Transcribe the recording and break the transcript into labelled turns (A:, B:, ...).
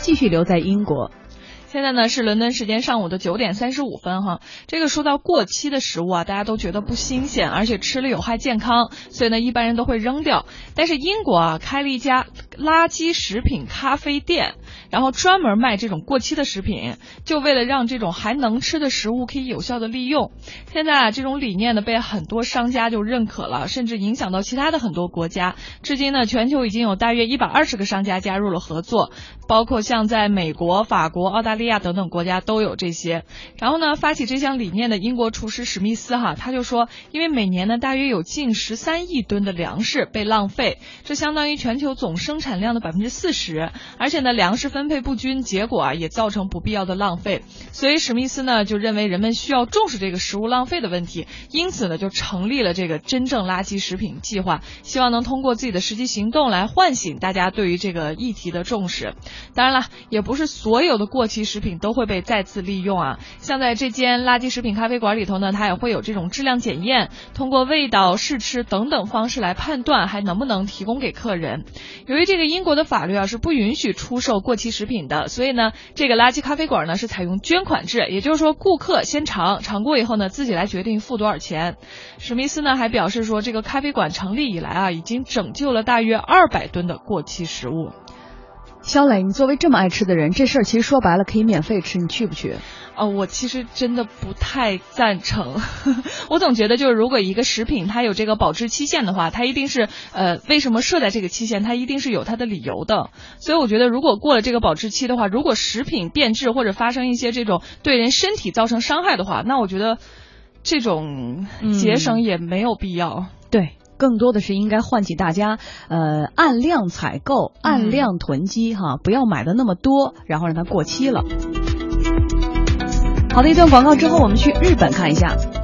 A: 继续留在英国。
B: 现在呢是伦敦时间上午的9点35分哈。这个说到过期的食物啊，大家都觉得不新鲜，而且吃了有害健康，所以呢一般人都会扔掉。但是英国啊开了一家垃圾食品咖啡店，然后专门卖这种过期的食品，就为了让这种还能吃的食物可以有效的利用。现在啊这种理念呢被很多商家就认可了，甚至影响到其他的很多国家。至今呢全球已经有大约120个商家加入了合作，包括像在美国、法国、澳大利亚等等国家都有这些。然后呢发起这项理念的英国厨师史密斯他就说，因为每年呢大约有近13亿吨的粮食被浪费，这相当于全球总生产量的40%，而且呢粮食分配不均，结果也造成不必要的浪费。所以史密斯呢就认为人们需要重视这个食物浪费的问题，因此呢就成立了这个真正垃圾食品计划，希望能通过自己的实际行动来唤醒大家对于这个议题的重视。当然了，也不是所有的过期食品都会被再次利用啊。像在这间垃圾食品咖啡馆里头呢，它也会有这种质量检验，通过味道、试吃等等方式来判断还能不能提供给客人。由于这个英国的法律是不允许出售过期食品的，所以呢这个垃圾咖啡馆呢是采用捐款制，也就是说顾客先尝过以后呢自己来决定付多少钱。史密斯呢还表示说，这个咖啡馆成立以来已经拯救了大约200吨的过期食物。
A: 肖磊，你作为这么爱吃的人，这事儿其实说白了可以免费吃，你去不去？
B: 我其实真的不太赞成。我总觉得就是如果一个食品它有这个保质期限的话，它一定是为什么设在这个期限，它一定是有它的理由的。所以我觉得如果过了这个保质期的话，如果食品变质或者发生一些这种对人身体造成伤害的话，那我觉得这种节省也没有必要。
A: 对，更多的是应该唤起大家按量采购、按量囤积不要买的那么多，然后让它过期了。好的，一段广告之后，我们去日本看一下。